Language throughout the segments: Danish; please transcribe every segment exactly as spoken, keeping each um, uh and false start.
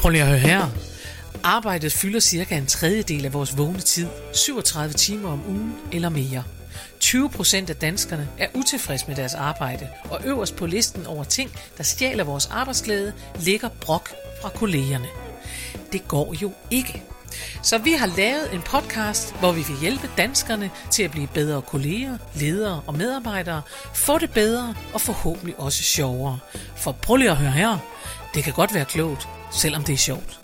Prøv lige at høre her. Arbejdet fylder cirka en tredjedel af vores vågne tid, syvogtredive timer om ugen eller mere. tyve procent af danskerne er utilfredse med deres arbejde, og øverst på listen over ting, der stjæler vores arbejdsglæde, ligger brok fra kollegerne. Det går jo ikke. Så vi har lavet en podcast, hvor vi vil hjælpe danskerne til at blive bedre kolleger, ledere og medarbejdere, få det bedre og forhåbentlig også sjovere. For prøv lige at høre her. Det kan godt være klogt, selvom det er sjovt.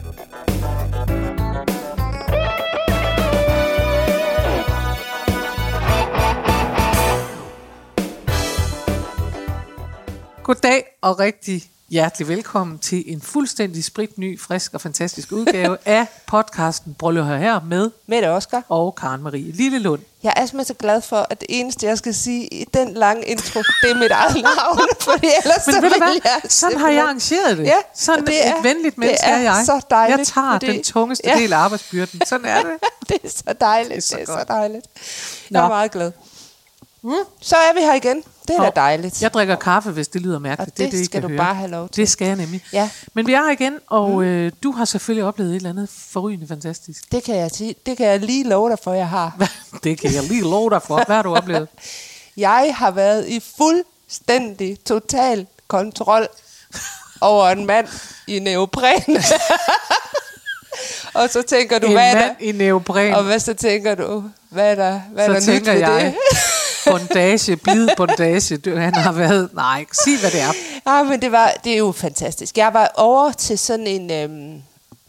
Goddag og rigtig hjertelig velkommen til en fuldstændig spritny, frisk og fantastisk udgave af podcasten Prøv lige at høre her med Mette Oskar og Karen Marie Lillelund. Jeg er simpelthen så glad for, at det eneste, jeg skal sige i den lange intro, det er mit eget navn, fordi ellers Men så ved du vil jeg... Sådan har jeg arrangeret det. Ja, sådan det er, et venligt menneske er er jeg. Så dejligt, jeg tager fordi, den tungeste ja. del af arbejdsbyrden. Sådan er det. Det er så dejligt, det er så, det er så dejligt. Jeg er Nå. meget glad. Mm. Så er vi her igen. Det er da dejligt. Jeg drikker kaffe, hvis det lyder mærkeligt. Og det, det, det skal du du høre. bare have lov til. Det skal jeg nemlig. Ja. Men vi er her igen, og mm. øh, du har selvfølgelig oplevet et eller andet forrygende fantastisk. Det kan jeg sige. Det kan jeg lige love dig for, jeg har. Det kan jeg lige love dig for. Hvad har du oplevet? Jeg har været i fuldstændig total kontrol over en mand i neopren. Og så tænker du, en hvad er mand der? i neopren. Og hvad så tænker du, hvad er der, hvad så er der nyt ved jeg, det? bondage, blid bondage. Du, han har været, nej, sig hvad det er. Ja, men det var, det er jo fantastisk. Jeg var over til sådan en, øhm,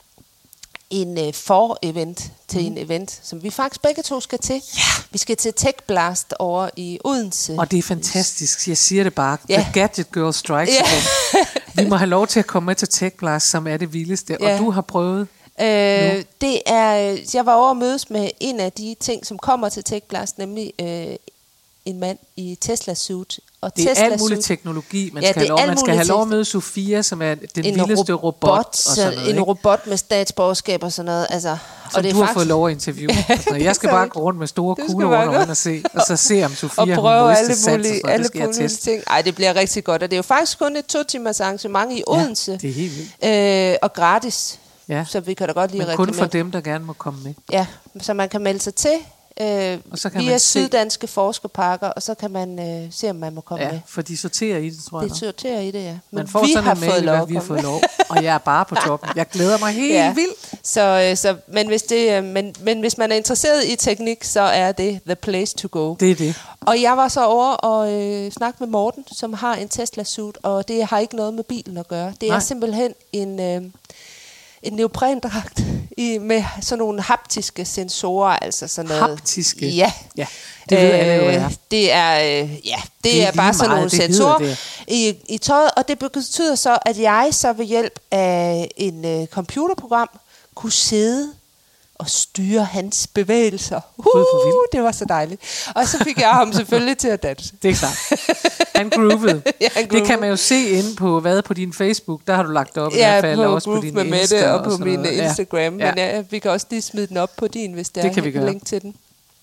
en øh, for-event, til mm. en event, som vi faktisk begge to skal til. Ja. Vi skal til Tech Blast over i Odense. Og det er fantastisk, jeg siger det bare. Ja. The Gadget Girl strikes Ja. again. Vi må have lov til at komme med til Tech Blast, som er det vildeste. Ja. Og du har prøvet... Øh, det er, jeg var over at mødes med en af de ting, som kommer til Tech Blast, nemlig øh, en mand i Tesla-suit. Og det er Tesla alt muligt teknologi, man ja, skal have lov. Man skal have lov at te- møde Sofia, som er den en vildeste robot, robot. Og sådan noget, en ikke? robot med statsborgerskab og sådan noget. Altså, som og det er du har faktisk, fået lov at interviewe. Altså, jeg skal bare gå rundt med store kugler rundt og, og se, og så se om Sofia og prøve alle satser, mulige, alle mulige ting. Ej, det bliver rigtig godt. Og det er jo faktisk kun et to timers arrangement i Odense. Ja, det er helt vildt. Øh, og gratis. Ja. Så vi kan da godt lige men kun for dem, der gerne må komme med. Ja, så man kan melde sig til øh, og så kan via man se... Syddanske Forskerparker, og så kan man øh, se, om man må komme ja, med. for de sorterer i det, tror jeg. Det sorterer i det, ja. Men man får vi sådan har en mail, fået lov hvad vi har fået lov, og jeg er bare på toppen. Jeg glæder mig helt ja. vildt. Så, øh, så, men, hvis det, øh, men, men hvis man er interesseret i teknik, så er det the place to go. Det er det. Og jeg var så over og øh, snakke med Morten, som har en Tesla-suit, og det har ikke noget med bilen at gøre. Det Nej. er simpelthen en... Øh, en neoprendragt i, med sådan nogle haptiske sensorer, altså sådan noget. Haptiske? Ja. Ja, det ved alle jo, øh, det er, øh, ja, det, det er, er bare sådan meget, nogle sensorer i, i tøjet, og det betyder så, at jeg så ved hjælp af en øh, computerprogram kunne sidde og styre hans bevægelser. Uh, det var så dejligt. Og så fik jeg ham selvfølgelig til at danse. Det er klart. Han groovede. Ja, han groovede. Det kan man jo se inde på, hvad på din Facebook, der har du lagt op. Ja, i hvert fald, på også på din med Insta Mette og, og på min noget. Instagram. Ja. Men ja, vi kan også lige smide den op på din, hvis der det kan er vi gøre. en link til den.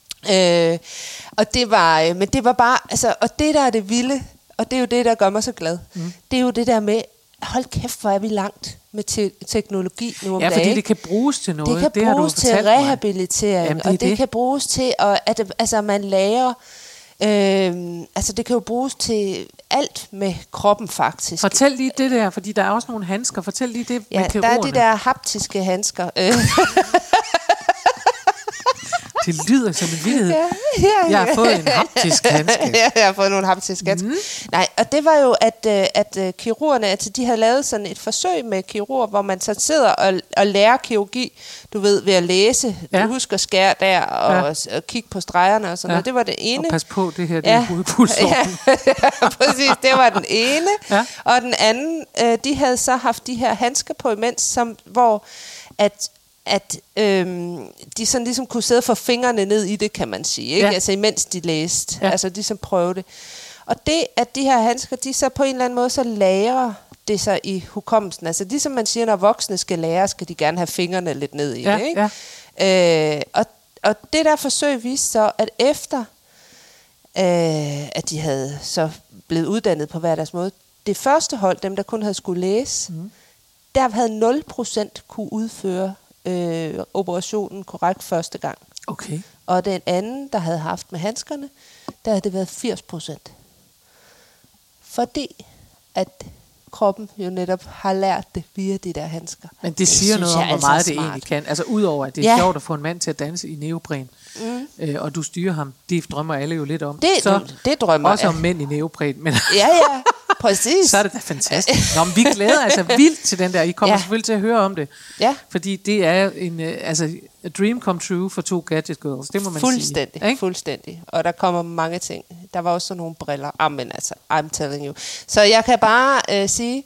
Øh, og det var, men det var bare, altså, og det der er det vilde, og det er jo det, der gør mig så glad. Mm. Det er jo det der med, hold kæft, hvor er vi langt med te- teknologi nu om Ja, dagen. fordi det kan bruges til noget. Det kan det har bruges du til rehabilitering, Jamen, det og det, det kan bruges til, at, at altså, man lærer, øh, altså det kan jo bruges til alt med kroppen faktisk. Fortæl lige det der, fordi der er også nogle handsker. Fortæl lige det ja, med der er de der haptiske handsker. Det lyder som en vildhed. Ja, ja, ja. Jeg har fået en haptisk handske. Ja, jeg har fået nogle haptiske handsker. Mm. Nej, og det var jo, at, at kirurgerne, altså de havde lavet sådan et forsøg med kirurger, hvor man så sidder og, og lærer kirurgi, du ved, ved at læse. Ja. Du husker skære der og, ja. og kigge på stregerne og sådan ja. noget. Det var det ene. Og pas på, det her, det ja. er hovedpulsåren. Ja, præcis. Det var den ene. Ja. Og den anden, øh, de havde så haft de her handsker på imens, som, hvor at at øhm, de sådan ligesom kunne sidde for fingrene ned i det, kan man sige, ikke? Ja. Altså imens de læste, ja. altså de som prøvede det. Og det, at de her handsker, de så på en eller anden måde, så lærer det sig i hukommelsen. Altså ligesom man siger, når voksne skal lære, skal de gerne have fingrene lidt ned i ja, det, ikke? Ja. Øh, og, og det der forsøg viste så, at efter øh, at de havde så blevet uddannet på hver deres måde, det første hold, dem der kun havde skulle læse, mm. der havde nul procent kunne udføre øh, operationen korrekt første gang. Okay. Og den anden, der havde haft med handskerne, der havde det været firs procent. Fordi at kroppen jo netop har lært det via de der handsker. Men det, det siger noget om, hvor altså meget det egentlig kan. Altså udover, at det er ja. sjovt at få en mand til at danse i neopren, mm. øh, og du styrer ham, det drømmer alle jo lidt om. Det, så det drømmer også jeg. om mænd i neopren. Men ja, ja, præcis. så er det da fantastisk. Nå, men vi glæder altså vildt til den der. I kommer ja. selvfølgelig til at høre om det. Ja. Fordi det er en, altså, a dream come true for to gadget girls. Det må man fuldstændig, sige. Fuldstændig. Og der kommer mange ting. Der var også sådan nogle briller. Amen, altså, I'm telling you. Så jeg kan bare øh, sige,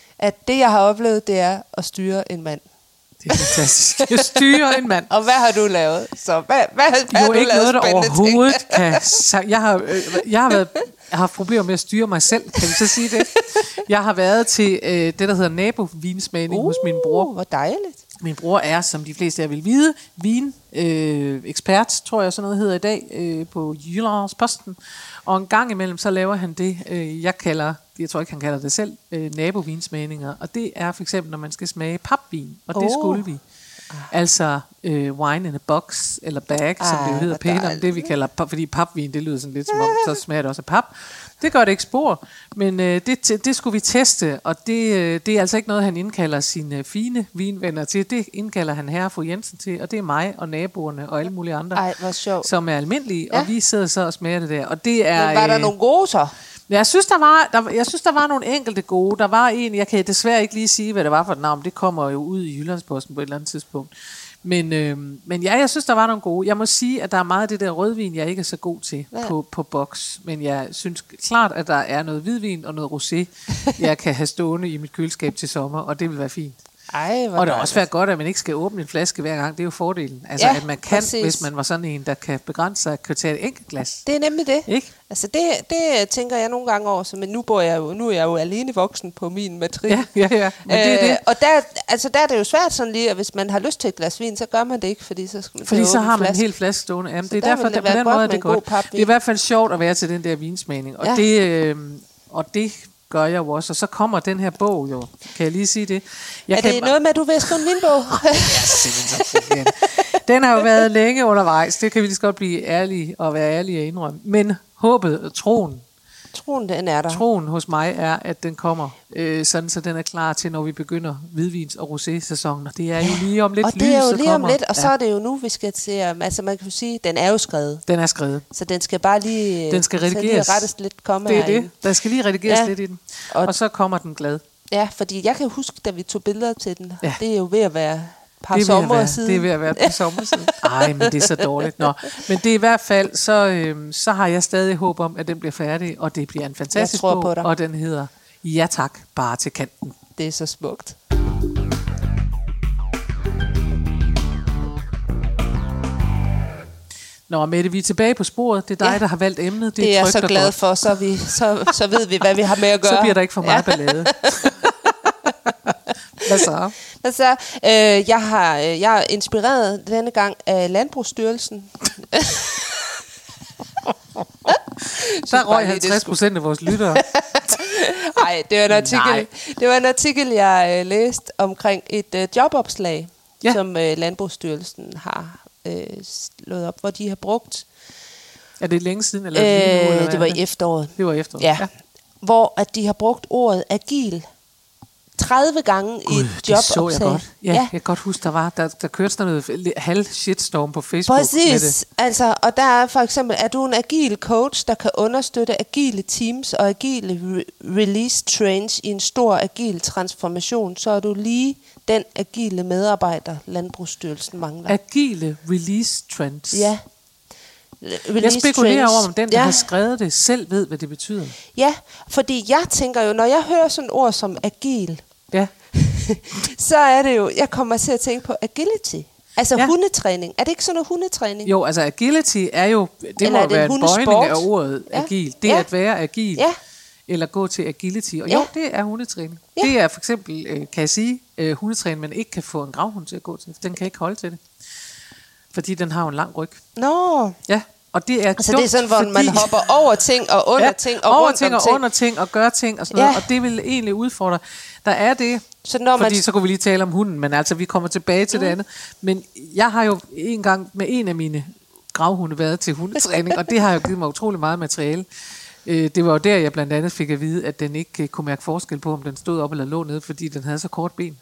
at det, jeg har oplevet, det er at styre en mand. Det er fantastisk. Jeg styrer en mand. Og hvad har du lavet? Så hvad, hvad, hvad jo, har du ikke lavet noget, der overhovedet ting? kan... Jeg har, øh, jeg, har været, jeg har haft problemer med at styre mig selv, kan vi så sige det. Jeg har været til øh, det, der hedder nabovinsmagning uh, hos min bror. Hvor dejligt. Min bror er, som de fleste af jer vil vide, vin øh, ekspert, tror jeg sådan noget hedder i dag, øh, på Jyllands-Posten. Og en gang imellem, så laver han det, øh, jeg kalder, jeg tror ikke, han kalder det selv, øh, nabovinsmagninger. Og det er for eksempel, når man skal smage papvin, og det oh. skulle vi. Altså øh, wine in a box, eller bag, som Ej, det jo hedder pænere. Det vi kalder, fordi papvin, det lyder sådan lidt som om, så smager det også af pap. Det gør det ikke spor, men øh, det, det skulle vi teste, og det, øh, det er altså ikke noget, han indkalder sine fine vinvenner til. Det indkalder han herre fru Jensen til, og det er mig og naboerne og alle mulige andre, Ej, hvor sjovt. Som er almindelige, ja. Og vi sidder så og smager det der. Og det er, men var der øh, nogle gode så? Jeg synes, der var, der, jeg synes, der var nogle enkelte gode. Der var en, jeg kan desværre ikke lige sige, hvad det var for et navn. Det kommer jo ud i Jyllands-Posten på et eller andet tidspunkt. Men, øh, men ja, jeg synes, der var nogle gode. Jeg må sige, at der er meget af det der rødvin, jeg ikke er så god til ja. på, på boks. Men jeg synes klart, at der er noget hvidvin og noget rosé, jeg kan have stående i mit køleskab til sommer, og det vil være fint. Ej, og det er også være godt, at man ikke skal åbne en flaske hver gang. Det er jo fordelen. Altså, ja, at man kan, præcis. Hvis man var sådan en, der kan begrænse sig, kan tage et enkelt glas. Det er nemlig det. Ikke? Altså, det, det tænker jeg nogle gange over. Så, men nu, bor jeg jo, nu er jeg jo alene voksen på min matrik. Ja, ja, ja. Men det er det. Og der, altså, der er det jo svært sådan lige, at hvis man har lyst til et glas vin, så gør man det ikke, fordi så skal man Fordi så har man flaske. en hel flaske stående. Jamen, det er der derfor, det, på den måde er det godt. Det er i hvert fald sjovt at være til den der vinsmagning. Og ja. det... Øh, og det gør jeg jo også, og så kommer den her bog jo. Kan jeg lige sige det? Jeg er kan... det noget med, at du vil skrive en vinbog? ja, den har jo været længe undervejs. Det kan vi lige så godt blive ærlige og være ærlige og indrømme. Men håbet, troen, troen den er der. Troen hos mig er, at den kommer, øh, sådan så den er klar til, når vi begynder hvidvins- og rosé-sæsonen. Og det er jo lige om lidt. Og det er jo lige om kommer. lidt, og ja. så er det jo nu, vi skal til, altså man kan jo sige, den er jo skrevet. Den er skrevet. Så den skal bare lige, den skal redigeres. rettes lidt komme det er herinde. det. Der skal lige redigeres ja. lidt i den. Og, og så kommer den glad. Ja, fordi jeg kan huske, da vi tog billeder til den, ja. det er jo ved at være par det sommer siden. Det er ved at være et par sommer siden. Ej, men det er så dårligt. Nå. Men det er i hvert fald, så, øhm, så har jeg stadig håb om, at den bliver færdig, og det bliver en fantastisk bog, og den hedder Ja tak, bare til kanten. Det er så smukt. Nå, Mette, vi er tilbage på sporet. Det er dig, ja. der har valgt emnet. Det, det er er jeg så glad godt. for, så, vi, så, så ved vi, hvad vi har med at gøre. Så bliver der ikke for meget ja. ballade. Hvad så? Altså, øh, jeg, har, jeg er inspireret denne gang af Landbrugsstyrelsen. Der røg halvtreds procent af vores lyttere. Nej, det var en artikel, det var en artikel jeg øh, læste omkring et øh, jobopslag, ja. som øh, Landbrugsstyrelsen har øh, slået op, hvor de har brugt. Er det længe siden? Eller øh, nu, eller det var i efteråret. Det var i efteråret, ja. ja. Hvor at de har brugt ordet agil tredive gange Gud, i et jobopslag. Det så jeg godt. Ja, ja. Jeg kan godt huske, der var der, der kørte sådan noget halv shitstorm på Facebook. Præcis. Med det. Altså, og der er for eksempel, er du en agil coach, der kan understøtte agile teams og agile re- release trains i en stor agil transformation, så er du lige den agile medarbejder, Landbrugsstyrelsen mangler. Agile release trends. Ja. Release jeg spekulerer trends. over, om den, der ja. har skrevet det, selv ved, hvad det betyder. Ja, fordi jeg tænker jo, når jeg hører sådan et ord som agil, ja. så er det jo, jeg kommer til at tænke på agility. Altså ja. hundetræning. Er det ikke sådan noget hundetræning? Jo, altså agility er jo, det eller må være en bøjning af ordet ja. agil. Det er ja. at være agil. Ja. Eller gå til agility. Og ja. jo, det er hundetræning. Ja. Det er for eksempel, kan jeg sige, hundetræning, man ikke kan få en gravhund til at gå til. Den kan ikke holde til det. Fordi den har jo en lang ryg. Nå. Ja. Og det er altså dumt, det er sådan, hvor fordi... man hopper over ting og under ja, ting og over rundt ting om og ting. under ting og gør ting og sådan noget, Ja. og det vil egentlig udfordre. Der er det, så når fordi man... så kunne vi lige tale om hunden, men altså vi kommer tilbage til mm. det andet. Men jeg har jo en gang med en af mine gravhunde været til hundetræning, og det har jo givet mig utrolig meget materiale. Det var jo der, jeg blandt andet fik at vide, at den ikke kunne mærke forskel på, om den stod op eller lå nede, fordi den havde så kort ben.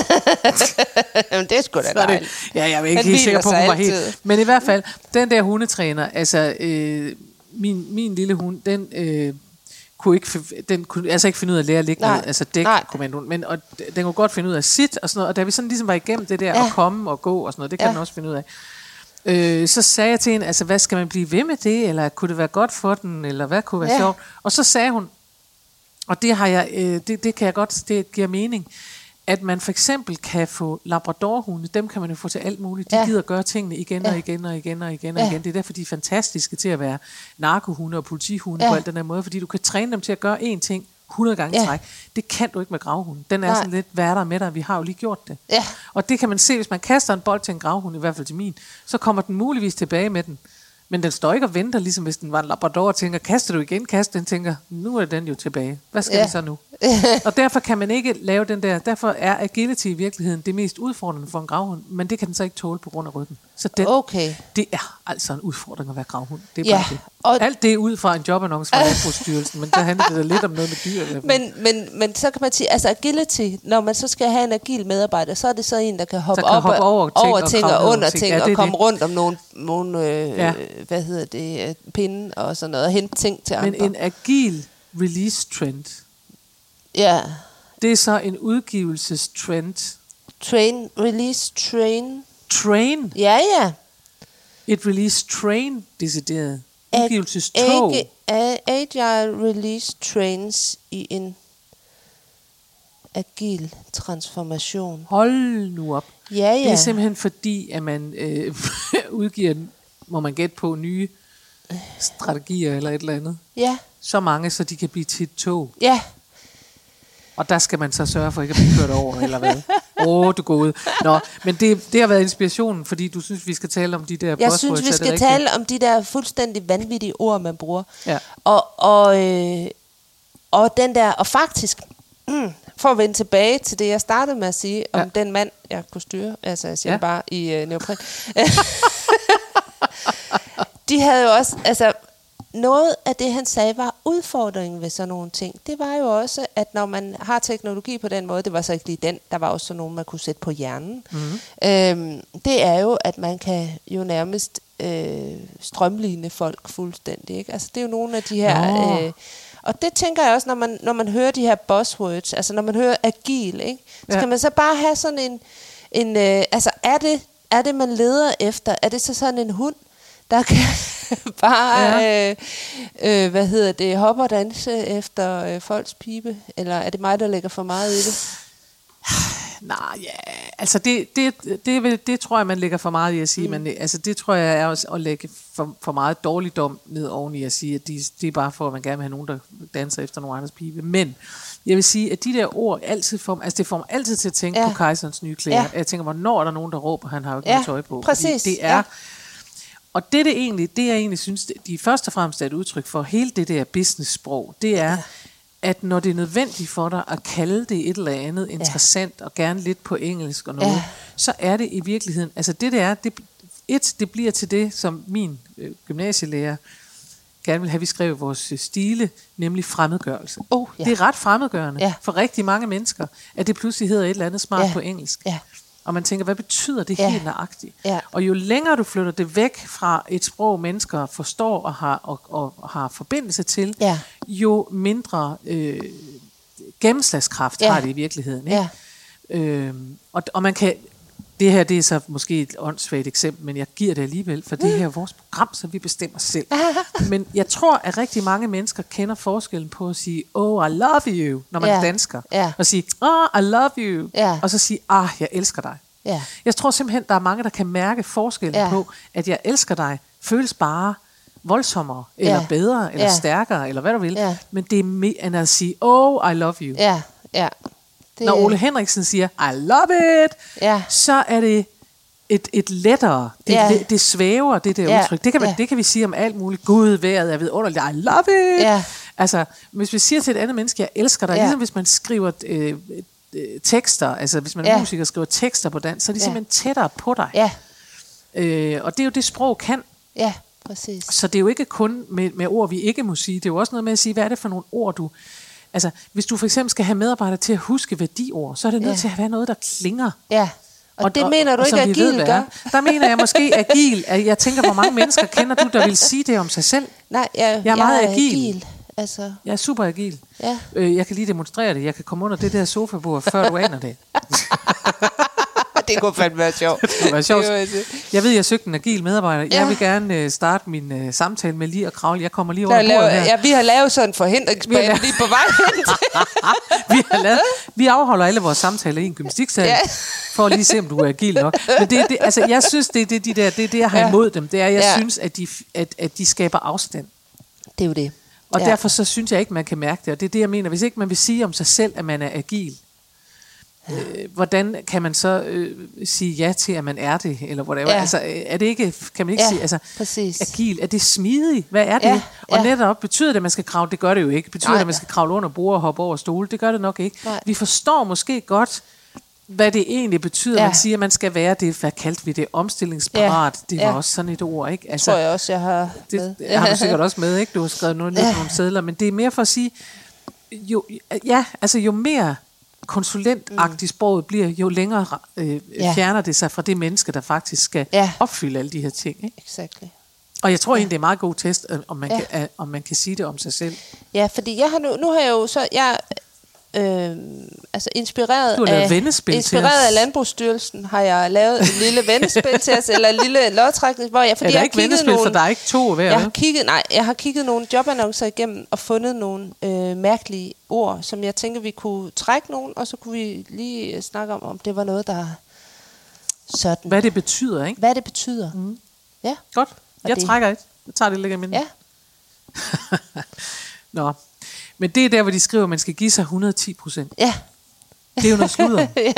Jamen, det er sgu da dejligt. Ja, jeg er ikke Den helt sikker på, hun var altid. helt... Men i hvert fald, den der hundetræner, altså øh, min, min lille hund, den... Øh, kunne ikke, den kunne altså ikke finde ud af at lære at ligge ned, altså dæk-kommandoen, men og den kunne godt finde ud af at sit og sådan noget, og da vi sådan ligesom var igennem det der, ja. At komme og gå og sådan noget, det kan ja. Den også finde ud af. Øh, så sagde jeg til hende, altså hvad skal man blive ved med det, eller kunne det være godt for den, eller hvad kunne være ja. Sjovt? Og så sagde hun, og det har jeg, øh, det, det kan jeg godt, det giver mening, at man for eksempel kan få labradorhunde, dem kan man jo få til alt muligt. De ja. Gider gøre tingene igen ja. og igen og igen og igen og ja. igen. Det er derfor, de er fantastiske til at være narkohunde og politihunde ja. På alt den her måde, fordi du kan træne dem til at gøre én ting hundrede gange ja. Træk. Det kan du ikke med gravhunden. Den er Nej. Sådan lidt værter med dig, vi har jo lige gjort det. Ja. Og det kan man se, hvis man kaster en bold til en gravhund, i hvert fald til min, så kommer den muligvis tilbage med den. Men den står ikke og venter, ligesom hvis den var en labrador og tænker, kaster du igen, kaster den, tænker, nu er den jo tilbage. Hvad skal ja. Den så nu? Og derfor kan man ikke lave den der, derfor er agility i virkeligheden det mest udfordrende for en gravhund, men det kan den så ikke tåle på grund af ryggen. Så den, okay. det er altså en udfordring at være gravhund. Det er ja. bare det. Og alt det er ud fra en jobannonce fra Landbrugsstyrelsen, men der handler det lidt om noget med dyr. Men, men, men så kan man sige, altså agility, når man så skal have en agil medarbejder, så er det så en, der kan hoppe, kan op hoppe over ting over og, ting og under ting, ting ja, og komme det. Rundt om nogle, nogle øh, ja. hvad hedder det, pinde og sådan noget, og hente ting til men andre. Men en agil release trend, ja. Det er så en udgivelsestrend. Train, release train. Train? Ja, ja. Et release train, decideret. Udgivelsestog. Agile release trains i en agil transformation. Hold nu op. Ja, ja. Det er simpelthen fordi, at man øh, udgiver, må man gætte på, nye strategier eller et eller andet. Ja. Så mange, så de kan blive til et tog. Ja. Og der skal man så sørge for ikke at blive kørt over, eller hvad? Åh, oh, du gode. Nå, men det, det har været inspirationen, fordi du synes, vi skal tale om de der buzzwords. Jeg synes, vi skal tale om de der fuldstændig vanvittige ord, man bruger. Ja. Og, og, øh, og den der, og faktisk, mm, for at vende tilbage til det, jeg startede med at sige, om ja. Den mand, jeg kunne styre, altså jeg siger ja. Bare i øh, neopren. De havde jo også, altså, noget af det, han sagde, var udfordringen ved sådan nogle ting. Det var jo også, at når man har teknologi på den måde, det var så ikke lige den, der var også sådan nogen, man kunne sætte på hjernen. Mm-hmm. Øhm, det er jo, at man kan jo nærmest øh, strømligne folk fuldstændig. Ikke? Altså, det er jo nogle af de her... Øh, og det tænker jeg også, når man, når man hører de her buzzwords, altså når man hører agil, ikke? Så ja. Kan man så bare have sådan en... en øh, altså, er det, er det, man leder efter? Er det så sådan en hund, der kan bare, ja. øh, øh, hvad hedder det, hoppe og danse efter øh, folks pibe? Eller er det mig, der lægger for meget i det? Nej, ja, altså det, det, det, det, det tror jeg, man lægger for meget i at sige. Mm. Men altså det tror jeg er også at lægge for, for meget dårligdom ned oven i at sige, at de, det er bare for, at man gerne vil have nogen, der danser efter nogen andres pibe. Men jeg vil sige, at de der ord altid får, altså det får mig altid til at tænke ja. På kejserens nye klæder. Ja. Jeg tænker, hvornår er der nogen, der råber, han har jo ikke ja. Noget tøj på. Præcis. Det er... Ja. Og det, det, egentlig, det jeg egentlig synes, de først og fremmest er et udtryk for hele det der business-sprog, det er, ja. At når det er nødvendigt for dig at kalde det et eller andet interessant, ja. Og gerne lidt på engelsk og noget, ja. Så er det i virkeligheden, altså det det er, det, et, det bliver til det, som min øh, gymnasielærer gerne vil have, vi skrev vores stile, nemlig fremmedgørelse. Oh, ja. Det er ret fremmedgørende ja. For rigtig mange mennesker, at det pludselig hedder et eller andet smart ja. På engelsk. Ja. Og man tænker, hvad betyder det ja. Helt nøjagtigt? Ja. Og jo længere du flytter det væk fra et sprog, mennesker forstår og har, og, og har forbindelse til, ja. Jo mindre øh, gennemslagskraft ja. Har det i virkeligheden. Ikke? Ja. Øhm, og, og man kan, det her det er så måske et åndssvagt eksempel, men jeg giver det alligevel, for mm. det her er vores program, så vi bestemmer selv. Men jeg tror, at rigtig mange mennesker kender forskellen på at sige, oh, I love you, når man ja. Er dansker. Ja. Og sige, oh, I love you. Ja. Og så sige, ah, jeg elsker dig. Ja. Jeg tror simpelthen, der er mange, der kan mærke forskellen ja. På, at jeg elsker dig, føles bare voldsommere, eller ja. Bedre, eller ja. Stærkere, eller hvad du vil. Ja. Men det er mere end at sige, oh, I love you. Ja, ja. Det... Når Ole Henriksen siger, I love it, ja. så er det et, et lettere, det, ja. det, det svæver, det der ja. udtryk. Det kan, man, ja. det kan vi sige om alt muligt. Gud, vejret er vidunderligt, I love it. Ja. Altså, hvis vi siger til et andet menneske, jeg elsker dig, ja. ligesom hvis man skriver øh, øh, tekster, altså hvis man er ja. musiker skriver tekster på dansk, så er de ja. simpelthen tættere på dig. Ja. Øh, og det er jo det, sprog kan. Ja, præcis. Så det er jo ikke kun med, med ord, vi ikke må sige. Det er jo også noget med at sige, hvad er det for nogle ord, du... Altså, hvis du for eksempel skal have medarbejdere til at huske værdiord, så er det nødt ja. til at være noget, der klinger. Ja. Og, og det mener og, du ikke, at agil ved, gør? Der mener jeg måske agil. At jeg tænker, hvor mange mennesker kender du, der vil sige det om sig selv? Nej, jeg, jeg er meget jeg er agil. agil. Altså. Jeg er super agil. Ja. Øh, jeg kan lige demonstrere det. Jeg kan komme under det der sofabord, før du aner det. Det kunne fandme være sjovt. Det kunne være sjovt. Jeg ved, jeg søgte en agil medarbejder. Ja. Jeg vil gerne uh, starte min uh, samtale med lige at kravle. Jeg kommer lige over bordet lavet, her. Ja, vi har lavet sådan en forhindringsbane lige på vej hen. vi, har lavet, vi afholder alle vores samtaler i en gymnastiksal, ja. for at lige se, om du er agil nok. Men det, det, altså, jeg synes, det er det, de der, det, det, jeg har ja. imod dem. Det er, jeg ja. synes, at de, at, at de skaber afstand. Det er jo det. Og ja. derfor så synes jeg ikke, man kan mærke det. Og det er det, jeg mener. Hvis ikke man vil sige om sig selv, at man er agil, ja. øh, hvordan kan man så øh, sige ja til, at man er det? Eller whatever? Ja. Altså, er det ikke, kan man ikke ja, sige, altså, præcis. agil, er det smidigt? Hvad er det? Ja. Og ja. netop, betyder det, at man skal kravle? Det gør det jo ikke. Betyder Nej, det, at man skal kravle under bord og hoppe over stole? Det gør det nok ikke. Nej. Vi forstår måske godt, hvad det egentlig betyder. Ja. Man siger, at man skal være det, hvad kaldte vi det? Omstillingsparat. Ja. Det var ja. også sådan et ord, ikke? Altså, tror jeg også, jeg har det, det har du sikkert også med, ikke? Du har skrevet noget ned på nogle sedler, men det er mere for at sige, jo, ja, altså jo mere konsulentagtigt sproget bliver, jo længere øh, ja. fjerner det sig fra det menneske, der faktisk skal ja. opfylde alle de her ting. Ikke? Exactly. Og jeg tror ja. egentlig, det er en meget god test, om man, ja. kan, om man kan sige det om sig selv. Ja, fordi jeg har nu, nu har jeg jo så, jeg øh, altså inspireret af, inspireret af Landbrugsstyrelsen, har jeg lavet en lille vennespil til os, eller en lille lodtrækning, hvor jeg, fordi er der jeg ikke vennespil, nogle, for der er ikke to hver? Jeg har kigget, nej, jeg har kigget nogle jobannoncer igennem, og fundet nogle øh, mærkelige ord, som jeg tænker, vi kunne trække nogle, og så kunne vi lige snakke om, om det var noget, der sådan. Hvad det betyder, ikke? Hvad det betyder. Mm. Ja. Godt. Og jeg det. trækker et. Jeg tager det lækker mindre. Ja. Nå. Men det er der, hvor de skriver, at man skal give sig et hundrede og ti procent. Ja. Det er jo noget sludder. ja.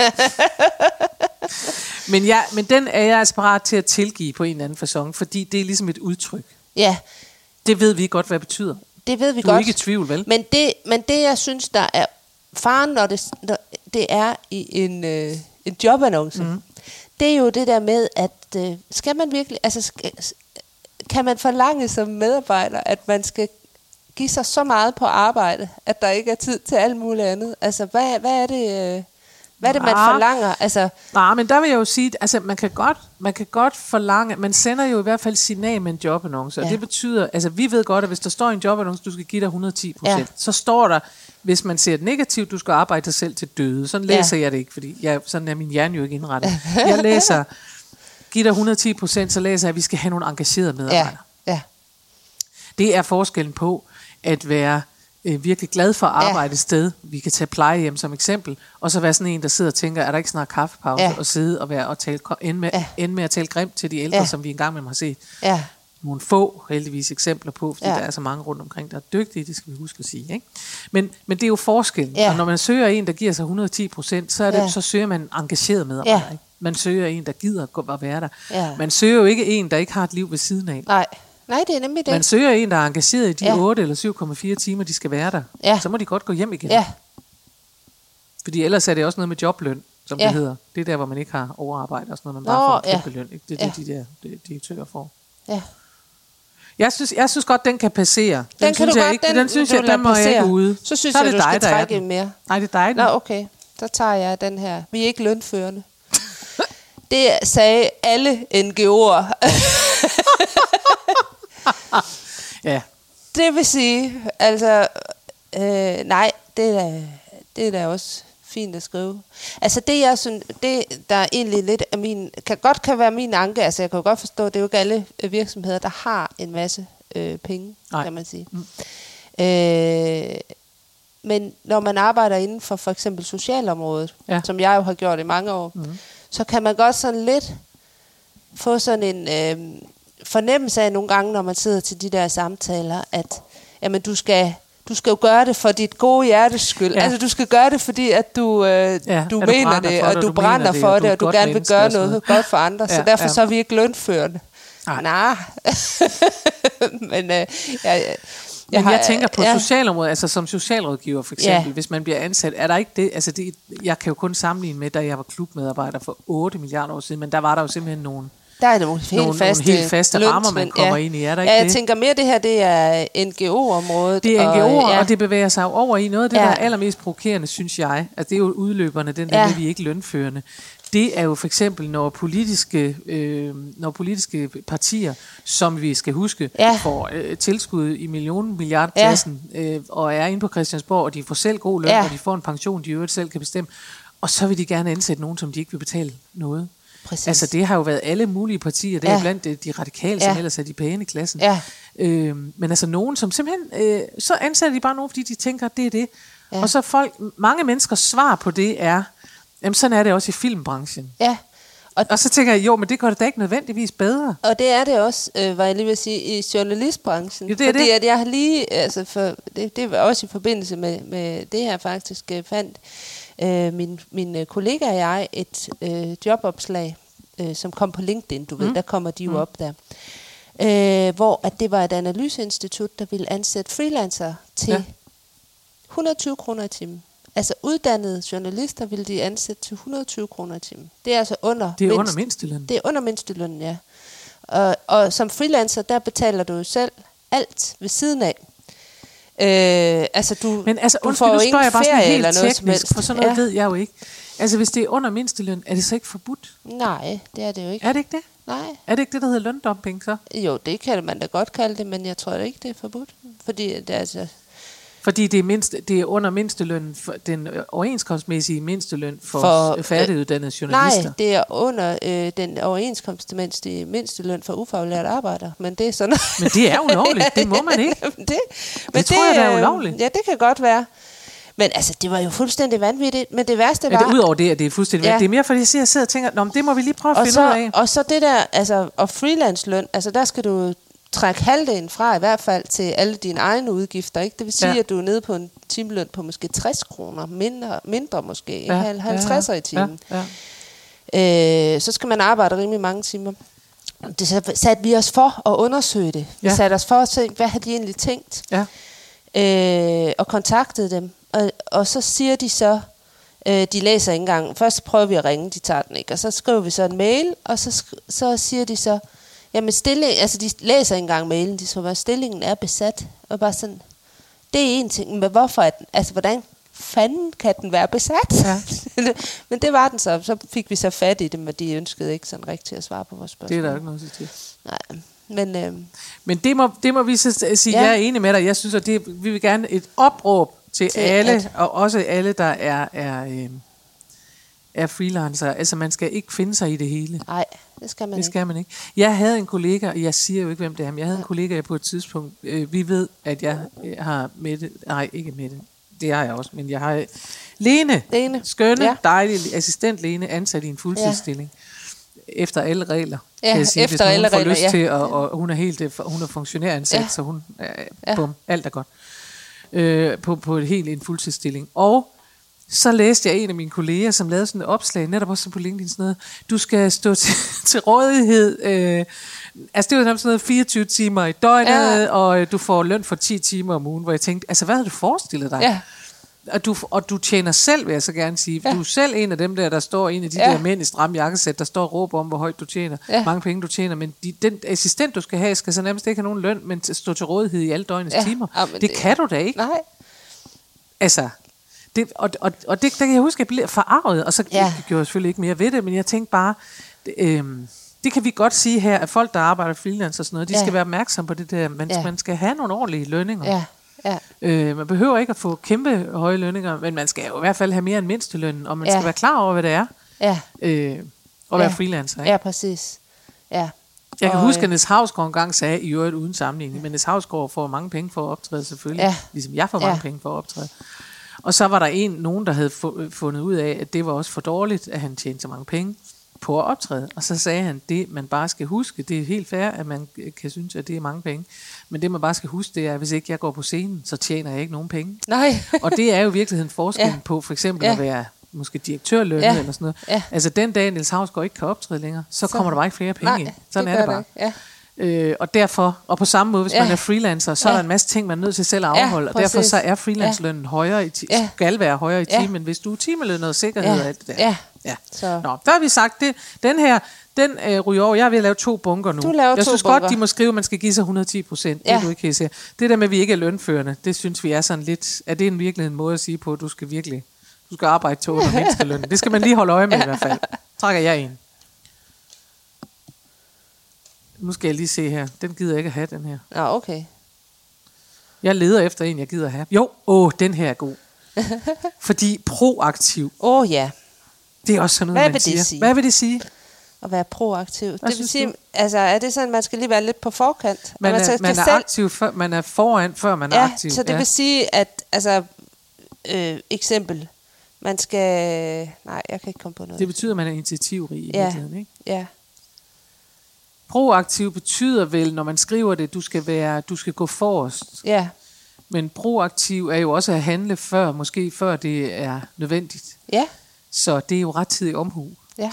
men, jeg, men den er jeg altså parat til at tilgive på en eller anden facon, fordi det er ligesom et udtryk. Ja. Det ved vi godt, hvad det betyder. Det ved vi du godt. Du er ikke i tvivl, vel? Men det, men det jeg synes, der er faren, når det, når det er i en, øh, en jobannonce, mm. det er jo det der med, at øh, skal man virkelig, altså skal, kan man forlange som medarbejder, at man skal give sig så meget på arbejde, at der ikke er tid til alt muligt andet. Altså, hvad, hvad er det, øh, hvad er det, man forlanger? Altså, nej, men der vil jeg jo sige, altså, man kan godt, man kan godt forlange, man sender jo i hvert fald signal med en jobannonce, ja. Og det betyder, altså, vi ved godt, at hvis der står i en jobannonce, du skal give dig et hundrede og ti procent, ja. Så står der, hvis man ser det negativt, du skal arbejde dig selv til døde. Sådan læser ja. jeg det ikke, fordi jeg, sådan er min hjerne jo ikke indrettet. Jeg læser, giv dig et hundrede og ti procent, så læser jeg, at vi skal have nogle engagerede medarbejdere. Ja. Ja. Det er forskellen på at være øh, virkelig glad for at arbejde ja. et sted. Vi kan tage plejehjem som eksempel, og så være sådan en, der sidder og tænker, er der ikke snart kaffepause, ja. og sidde og, være, og tale, ende, med, ja. ende med at tale grimt til de ældre, ja. som vi engang med har set. Ja. Nogle få, heldigvis, eksempler på, fordi ja. ja. der er så mange rundt omkring, der er dygtige, det skal vi huske at sige. Ikke? Men, men det er jo forskellen. Ja. Og når man søger en, der giver sig et hundrede og ti procent, så, er det, ja. så søger man en engageret medarbejder. Ja. Ikke? Man søger en, der gider gå og være der. Ja. Man søger jo ikke en, der ikke har et liv ved siden af. Nej. Nej, det er nemlig det. Man søger en, der er engageret i de ja. otte eller syv komma fire timer, de skal være der. Ja. Så må de godt gå hjem igen. Ja. Fordi ellers er det også noget med jobløn, som ja. det hedder. Det er der, hvor man ikke har overarbejde og sådan noget, man bare Nå, får en kæmpe ja. løn. Ikke? Det er det, ja. de der direktører får. Ja. Jeg synes, jeg synes godt, den kan passere. Den, den kan synes du jeg godt, ikke, den, den synes jeg, den må jeg ikke ude. Så synes så jeg, du dig, skal trække mere. Nej, det er dig. Nå, okay. Så tager jeg den her. Vi er ikke lønførende. Det sagde alle N G O'er. ja. Det vil sige, altså, øh, nej, det er, da, det er da også fint at skrive. Altså det, jeg synes, det der er egentlig lidt af min, kan godt kan være min anke, altså jeg kan jo godt forstå, det er jo ikke alle virksomheder, der har en masse øh, penge, nej. Kan man sige. Mm. Øh, men når man arbejder inden for for eksempel socialområdet, ja. Som jeg jo har gjort i mange år, mm. så kan man godt sådan lidt få sådan en øh, fornemmelse af nogle gange, når man sidder til de der samtaler, at jamen, du skal, du skal jo gøre det for dit gode hjertes skyld. Ja. Altså, du skal gøre det, fordi at du, øh, ja, du at mener du det, og du, du brænder det, for og det, og du, og du gerne vil gøre noget godt for andre. Ja, så derfor ja. så er vi ikke lønførende. Nej. Nah. Men øh, jeg... Jeg, Men jeg har, tænker på ja. socialområdet, altså som socialrådgiver for eksempel, ja. hvis man bliver ansat, er der ikke det, altså det, jeg kan jo kun sammenligne med, da jeg var klubmedarbejder for otte milliarder år siden, men der var der jo simpelthen nogle, der er nogle helt nogle, faste, nogle helt faste lønt, rammer, man kommer ja. ind i, er der ikke ja, jeg det? tænker mere, det her, det er N G O-området. Det er N G O'er, og, ja. og det bevæger sig over i noget af det, ja. der er allermest provokerende, synes jeg, altså det er jo udløberne, den der ja. med, vi er ikke lønførende. Det er jo for eksempel, når politiske, øh, når politiske partier, som vi skal huske, ja. får øh, tilskud i million-milliardklassen, ja. øh, og er inde på Christiansborg, og de får selv god løn, ja. og de får en pension, de øvrigt selv kan bestemme, og så vil de gerne ansætte nogen, som de ikke vil betale noget. Præcis. Altså det har jo været alle mulige partier, det er ja. blandt de, de radikale, som ja. ellers er de pæne i klassen. Ja. Øh, men altså nogen, som simpelthen, øh, så ansætter de bare nogen, fordi de tænker, det er det. Ja. Og så folk, mange menneskers svar på det er, jamen sådan er det også i filmbranchen. Ja. Og, og så tænker jeg, jo, men det gør det da ikke nødvendigvis bedre. Og det er det også, øh, hvad jeg lige vil sige, i journalistbranchen. Jo, det er fordi det. At jeg har lige, altså for, det, det var også i forbindelse med, med det her faktisk, øh, fandt øh, min, min kollega og jeg et øh, jobopslag, øh, som kom på LinkedIn, du ved, mm. der kommer de jo mm. op der. Øh, hvor at det var et analyseinstitut, der ville ansætte freelancer til ja. hundrede og tyve kroner i timen. Altså uddannede journalister vil de ansætte til hundrede og tyve kroner i timen. Det er altså under Det er mindst, under mindstelønnen. Det er under mindstelønnen, ja. Og, og som freelancer, der betaler du jo selv alt ved siden af. Øh, altså du, Men altså, du undskyld, får jo ingen ferie ferie eller noget som helst. For sådan noget ja. ved jeg jo ikke. Altså hvis det er under mindsteløn, er det så ikke forbudt? Nej, det er det jo ikke. Er det ikke det? Nej. Er det ikke det, der hedder løndumping så? Jo, det kan man da godt kalde det, men jeg tror ikke, det er forbudt. Fordi det er altså... Fordi det er, mindst, det er under mindsteløn, den overenskomstmæssige mindsteløn for, for færdiguddannede journalister. Nej, det er under øh, den overenskomstmæssige mindsteløn for ufaglærte arbejdere. Men det er sådan. Men det er ulovligt. Det må man ikke. det, det, men det tror jeg, det er ulovligt. Ja, det kan godt være. Men altså, det var jo fuldstændig vanvittigt. Men det værste var... Ja, det, udover det, at det er fuldstændig ja. vanvittigt. Det er mere fordi, jeg sidder og tænker, Nå, men det må vi lige prøve at og finde så, ud af. Og så det der, altså, og freelance-løn, altså der skal du trække halvdelen fra i hvert fald til alle dine egne udgifter, ikke? Det vil sige, ja. at du er nede på en timeløn på måske tres kroner, mindre, mindre måske, ja. halvtredser ja. i timen. Ja. Ja. Øh, så skal man arbejde rimelig mange timer. Det satte vi os for at undersøge det. Vi ja. satte os for at se, hvad har de egentlig tænkt? Ja. Øh, og kontaktede dem. Og, og så siger de så, øh, de læser ikke engang, først prøver vi at ringe, de tager den ikke, og så skriver vi så en mail, og så, sk- så siger de så, jamen stilling, altså de læser ikke engang mailen, de så, at stillingen er besat, og bare sådan, det er en ting, men hvorfor er den, altså hvordan fanden kan den være besat? Ja. Men det var den så, så fik vi så fat i dem, og de ønskede ikke sådan rigtigt at svare på vores spørgsmål. Det er der ikke noget at sige til. Nej. Men, øh, men det, må, det må vi så sige, ja. jeg er enig med dig. Jeg synes, at det, vi vil gerne et opråb til, til alle, at, og også alle, der er, er, øh, er freelancer. Altså, man skal ikke finde sig i det hele. Nej, det skal man det ikke. skal man ikke. Jeg havde en kollega, og jeg siger jo ikke, hvem det er, men jeg havde ja. en kollega på et tidspunkt. Øh, vi ved, at jeg har Mette, nej, ikke Mette, det har jeg også, men jeg har Lene, Lene. skønne, ja. dejlig assistent Lene, ansat i en fuldtidsstilling. Ja. Efter alle regler, ja, kan jeg sige, efter hvis alle hun får regler, lyst ja. til, og, og hun er helt, hun er funktionæransat, ja. så hun, øh, ja. bum, alt er godt, øh, på, på et helt en fuldtidsstilling. Og så læste jeg en af mine kolleger, som lavede sådan et opslag, netop også på LinkedIn, sådan noget, du skal stå til, til rådighed, øh, altså det var sådan noget fireogtyve timer i døgnet, ja. og du får løn for ti timer om ugen, hvor jeg tænkte, altså hvad havde du forestillet dig? Ja. Og du, og du tjener selv, vil jeg så gerne sige. Ja. Du er selv en af dem der, der står en af de ja. der mænd i stramme jakkesæt, der står og råber om, hvor højt du tjener. Ja. Mange penge du tjener. Men de, den assistent, du skal have, skal så nærmest ikke have nogen løn, men stå til rådighed i alle døgnets ja. timer. Ja, det, det kan du da ikke. Nej. Altså, det, og, og, og det, der kan jeg huske, at jeg blev forarvet, og så ja. gjorde jeg selvfølgelig ikke mere ved det, men jeg tænkte bare, det, øhm, det kan vi godt sige her, at folk, der arbejder freelance og sådan noget, de ja. skal være opmærksomme på det der. Man, ja. man skal have nogle ordentlige lønninger. Ja. Ja. Øh, man behøver ikke at få kæmpe høje lønninger, men man skal jo i hvert fald have mere end mindstelønnen, og man ja. skal være klar over, hvad det er, ja. øh, og være ja. freelancer. Ikke? Ja, præcis. Ja. Jeg kan og, huske, at Niels Hausgaard engang sagde, i øvrigt uden sammenligning, men Niels Hausgaard får mange penge for at optræde selvfølgelig, ja. ligesom jeg får mange ja. penge for at optræde. Og så var der en, nogen, der havde fundet ud af, at det var også for dårligt, at han tjente så mange penge på at optræde. Og så sagde han, det man bare skal huske, det er helt fair, at man kan synes, at det er mange penge. Men det man bare skal huske, det er, at hvis ikke jeg går på scenen, så tjener jeg ikke nogen penge. Nej. Og det er jo i virkeligheden forskellen ja. på for eksempel ja. at være måske direktørlønnet ja. eller sådan noget. Ja. Altså den dag, Niels Hausgaard ikke kan optræde længere, så, så kommer der bare ikke flere penge ind. Sådan det er det bare. Det. Ja. Øh, og derfor, og på samme måde, hvis ja. man er freelancer, så ja. er der en masse ting, man er nødt til selv at afholde. Ja, og derfor så er freelancelønnen ja. højere i ti- ja. skal være højere i timen, ja. hvis du er timelønnet og sikkerhed ja. og alt det der. Ja. Ja. Så. Nå, der har vi sagt, det, den her, den øh, ryger over. Jeg er ved at lave to bunker nu. Jeg synes bunker. godt, de må skrive, at man skal give sig hundrede og ti procent. Ja. Det du ikke kan se. Det der med, at vi ikke er lønførende, det synes vi er sådan lidt, er det en virkelig en måde at sige på, at du skal virkelig, du skal arbejde til under mindstelønnen. Det skal man lige holde øje med i hvert fald. Trækker jeg en. Nu skal jeg lige se her. Den gider jeg ikke at have, den her. Ja, okay. Jeg leder efter en, jeg gider at have. Jo, åh, den her er god. Fordi proaktiv. Åh, oh, ja. Det er også sådan noget, Hvad man vil siger. det sige? Hvad vil det sige? At være proaktiv. Hvad det vil sige, du? altså, er det sådan, at man skal lige være lidt på forkant? Man, man, er, man er selv... aktiv, før, man er foran, før man ja, er aktiv. Så det ja. vil sige, at, altså, øh, eksempel, man skal, nej, jeg kan ikke komme på noget. Det betyder, at man er initiativrig i ja. virkeligheden, ikke? Ja. Proaktiv betyder vel, når man skriver det, du skal være, du skal gå forrest. Ja. Men proaktiv er jo også at handle før, måske før det er nødvendigt. Ja. Så det er jo rettidig omhu. Ja.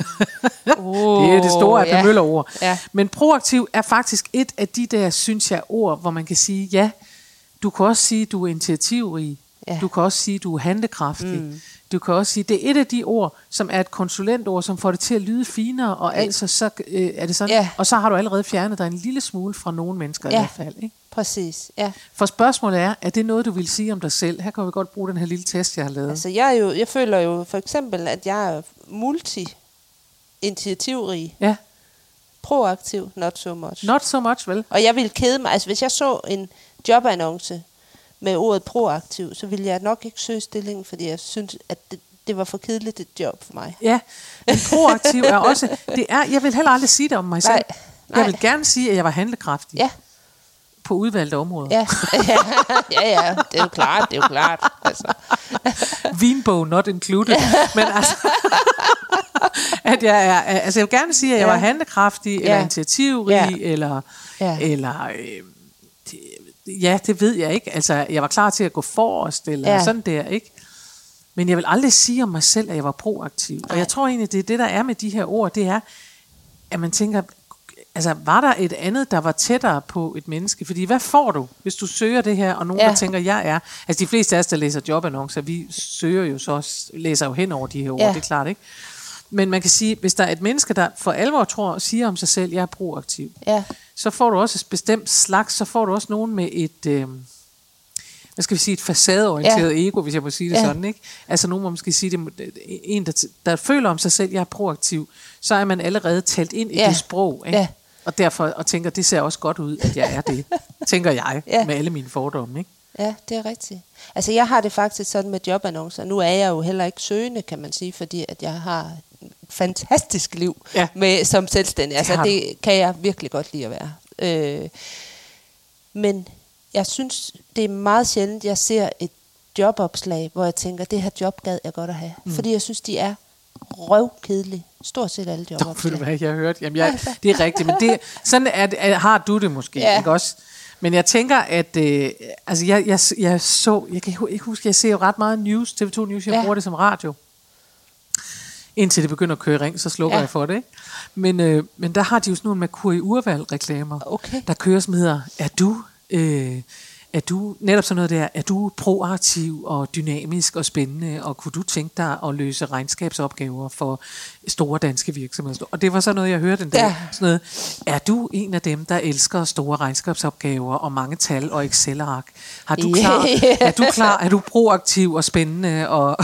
oh, det er det store af ja. Møller-ord. Ja. Men proaktiv er faktisk et af de der, synes jeg, ord, hvor man kan sige, ja, du kan også sige, du er initiativrig. Ja. Du kan også sige, du er handlekraftig. Mm. Du kan også sige, det er et af de ord, som er et konsulentord, som får det til at lyde finere, og altså så øh, er det sådan, ja. og så har du allerede fjernet dig en lille smule fra nogle mennesker ja. i hvert fald, ikke? Præcis, ja. For spørgsmålet er, er det noget, du vil sige om dig selv? Her kan vi godt bruge den her lille test, jeg har lavet. Altså, jeg, er jo, jeg føler jo for eksempel, at jeg er multi-initiativrig. Ja. Proaktiv, not so much. Not so much, vel? Og jeg ville kede mig, altså hvis jeg så en jobannonce med ordet proaktiv, så ville jeg nok ikke søge stillingen, fordi jeg synes, at det, det var for kedeligt et job for mig. Ja, men proaktiv er også, det er, jeg vil heller aldrig sige det om mig selv. Nej, nej. Jeg vil gerne sige, at jeg var handlekraftig. Ja. På udvalgte områder. Ja, ja, ja, det er jo klart, det er jo klart. Altså. Vinbog not included. Men altså, at jeg er, altså jeg vil gerne sige, at jeg ja. var handlekraftig, eller ja. initiativrig, ja. eller, ja. eller øh, det, ja, det ved jeg ikke. Altså, jeg var klar til at gå forrest, eller ja. sådan der, ikke? Men jeg vil aldrig sige om mig selv, at jeg var proaktiv. Og jeg tror egentlig, det er det, der er med de her ord, det er, at man tænker, altså, var der et andet, der var tættere på et menneske? Fordi hvad får du, hvis du søger det her, og nogen, ja. der tænker, jeg er... Altså, de fleste af os, der læser jobannoncer, vi søger jo så også, læser jo hen over de her ord, ja. det er klart, ikke? Men man kan sige, hvis der er et menneske, der for alvor tror og siger om sig selv, jeg er proaktiv, ja. så får du også et bestemt slags, så får du også nogen med et... Øh, hvad skal vi sige, et facadeorienteret ja. ego, hvis jeg må sige det ja. sådan, ikke? Altså nogen, hvor man skal sige det, en, der, der føler om sig selv, jeg er proaktiv, så er man allerede talt ind i ja. det sprog, ikke? Ja. Og derfor, og tænker, det ser også godt ud, at jeg er det, tænker jeg, ja. med alle mine fordomme, ikke? Ja, det er rigtigt. Altså jeg har det faktisk sådan med jobannoncer. Nu er jeg jo heller ikke søgende, kan man sige, fordi at jeg har et fantastisk liv ja. med, som selvstændig. Altså det, det kan jeg virkelig godt lide at være. Øh, men jeg synes, det er meget sjældent, jeg ser et jobopslag, hvor jeg tænker, det her job gad jeg godt at have. Mm. Fordi jeg synes, de er røvkedelige. Stort set alle jobopslag. Ved du hvad, jeg har hørt? Jamen, jeg, det er rigtigt, men det, sådan er, er, har du det måske, ja. ikke også? Men jeg tænker, at øh, altså jeg, jeg, jeg så, jeg kan ikke huske, jeg ser jo ret meget news, T V to News, jeg ja. bruger det som radio. Indtil det begynder at køre ring, så slukker ja. jeg for det, ikke? Men, øh, men der har de jo sådan nogle Merkur i urvalg-reklamer, okay. der kører, som hedder, er du... Øh, er du, netop sådan noget der, er du proaktiv og dynamisk og spændende, og kunne du tænke dig at løse regnskabsopgaver for store danske virksomheder? Og det var sådan noget, jeg hørte den dag. Ja. Sådan noget, er du en af dem, der elsker store regnskabsopgaver og mange tal og Excel-ark? Har du klar, yeah. er du klar, er du proaktiv og spændende og,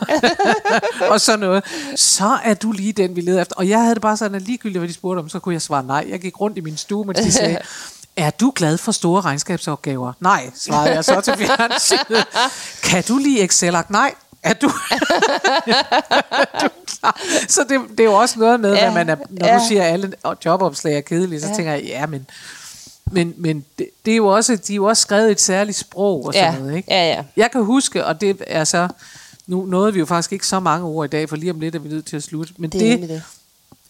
og sådan noget? Så er du lige den, vi leder efter. Og jeg havde det bare sådan, at ligegyldigt, hvad de spurgte om, så kunne jeg svare nej. Jeg gik rundt i min stue, mens de sagde, er du glad for store regnskabsopgaver? Nej, svarede jeg så til fjernsynet. Kan du lide Excel-ark? Nej. Er du, er du klar? Så det, det er jo også noget med, ja, man er, når ja. du siger, at alle jobopslag er kedelige, så ja. tænker jeg, ja, men, men, men det, det er jo også, de er jo også skrevet et særligt sprog og sådan ja. noget, ikke? Ja, ja. Jeg kan huske, og det er så, nu nåede vi jo faktisk ikke så mange ord i dag, for lige om lidt er vi nødt til at slutte, men det, det, det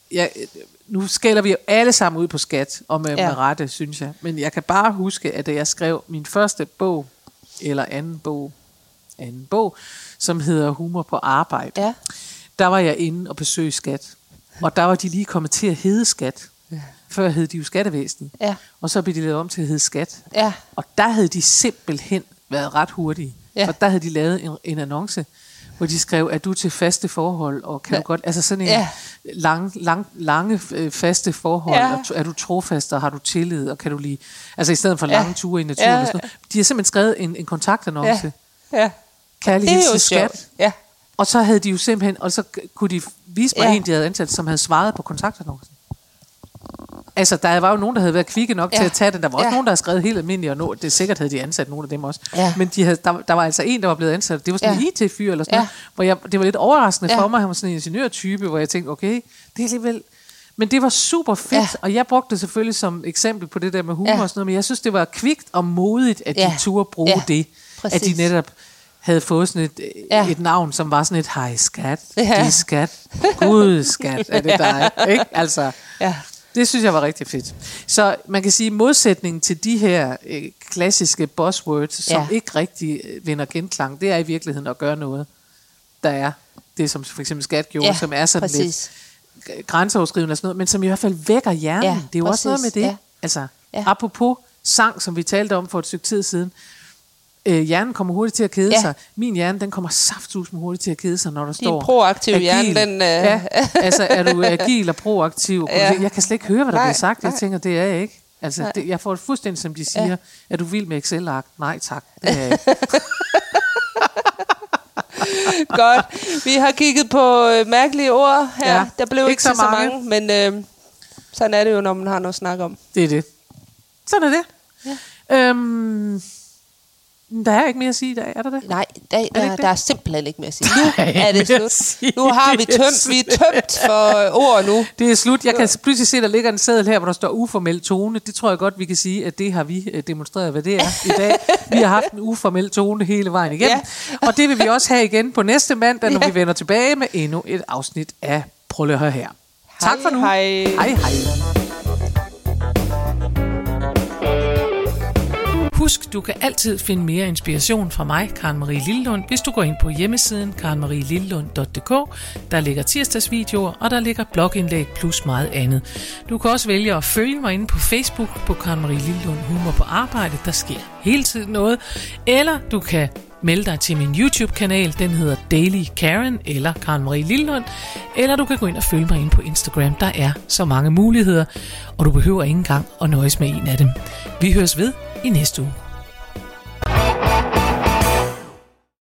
jeg, nu skælder vi jo alle sammen ud på skat, og med, ja. med rette, synes jeg. Men jeg kan bare huske, at da jeg skrev min første bog, eller anden bog, anden bog, som hedder Humor på arbejde, ja. der var jeg inde og besøge skat. Og der var de lige kommet til at hedde skat. Ja. Før hed de jo skattevæsenet. Ja. Og så blev de lavet om til at hedde skat. Ja. Og der havde de simpelthen været ret hurtige. Ja. Og der havde de lavet en, en annonce, hvor de skrev, er du til faste forhold, og kan ja. du godt, altså sådan en ja. lang, lang, lange faste forhold, ja. og er du trofast, og har du tillid, og kan du lige, altså i stedet for ja. lange ture i naturen, ja. og sådan noget. De har simpelthen skrevet en, en kontaktannonce. Ja. Ja. Kærlighed til skat. Ja. Og så havde de jo simpelthen, og så kunne de vise mig ja. en, de havde ansat, som havde svaret på kontaktannoncen. Altså, der var jo nogen, der havde været kvikke nok ja. til at tage den. Der var også ja. nogen, der havde skrevet helt almindeligt, og no, det sikkert havde de ansat nogle af dem også. Ja. Men de havde, der, der var altså en, der var blevet ansat. Det var sådan ja. en I T-fyr eller sådan ja. noget, hvor jeg, det var lidt overraskende ja. for mig. Han var sådan en ingeniørtype, hvor jeg tænkte, okay, det er alligevel... Men det var super fedt, ja. og jeg brugte det selvfølgelig som eksempel på det der med humor ja. og sådan noget, men jeg synes, det var kvikt og modigt, at ja. de turde bruge ja. det. Præcis. At de netop havde fået sådan et, ja. et navn, som var sådan et, hej skat, ja. det er skat, gud skat, er det ja. dig, ikke? Altså... Ja. Det synes jeg var rigtig fedt. Så man kan sige, modsætningen til de her øh, klassiske buzzwords, som ja. ikke rigtig øh, vinder genklang, det er i virkeligheden at gøre noget, der er det, som for eksempel skat gjorde, ja, som er sådan præcis. lidt grænseoverskridende og sådan noget, men som i hvert fald vækker hjernen. Ja, det er jo præcis. også noget med det. Ja. Altså, ja. apropos sang, som vi talte om for et stykke tid siden, øh, hjernen kommer hurtigt til at kede ja. sig. Min hjerne, den kommer saftsusme hurtigt til at kede sig, når der står... Din proaktiv hjerne, den... Øh... Ja, altså er du agil og proaktiv? Ja. Jeg kan slet ikke høre, hvad der nej, bliver sagt. Jeg nej. tænker, det er jeg ikke. Altså, det, jeg får det fuldstændig, som de siger. Ja. Er du vild med Excel-ark? Nej tak, det er jeg ikke. Godt. Vi har kigget på øh, mærkelige ord her. Ja, der blev ikke, ikke så, så mange, mange men øh, sådan er det jo, når man har noget at snakke om. Det er det. Sådan er det. Ja. Øhm... Der er ikke mere at sige i dag, er der det? Nej, der, er, der, der er simpelthen ikke mere at sige. Nu er det slut. Nu har vi tømt, vi er tømt for ord nu. Det er slut. Jeg kan pludselig se, der ligger en seddel her, hvor der står uformel tone. Det tror jeg godt, vi kan sige, at det har vi demonstreret, hvad det er i dag. Vi har haft en uformel tone hele vejen igennem. Ja. Og det vil vi også have igen på næste mandag, når ja. vi vender tilbage med endnu et afsnit af Prøv lige at høre her. Hej, tak for nu. Hej, hej. hej. Husk, du kan altid finde mere inspiration fra mig, Karen Marie Lillelund, hvis du går ind på hjemmesiden karen marie lillelund punktum d k. Der ligger tirsdagsvideoer, og der ligger blogindlæg plus meget andet. Du kan også vælge at følge mig inde på Facebook på Karen Marie Lillelund Humor på Arbejde. Der sker hele tiden noget. Eller du kan melde dig til min YouTube-kanal. Den hedder Daily Karen eller Karen Marie Lillelund. Eller du kan gå ind og følge mig inde på Instagram. Der er så mange muligheder, og du behøver ikke engang at nøjes med en af dem. Vi høres ved i næste uge.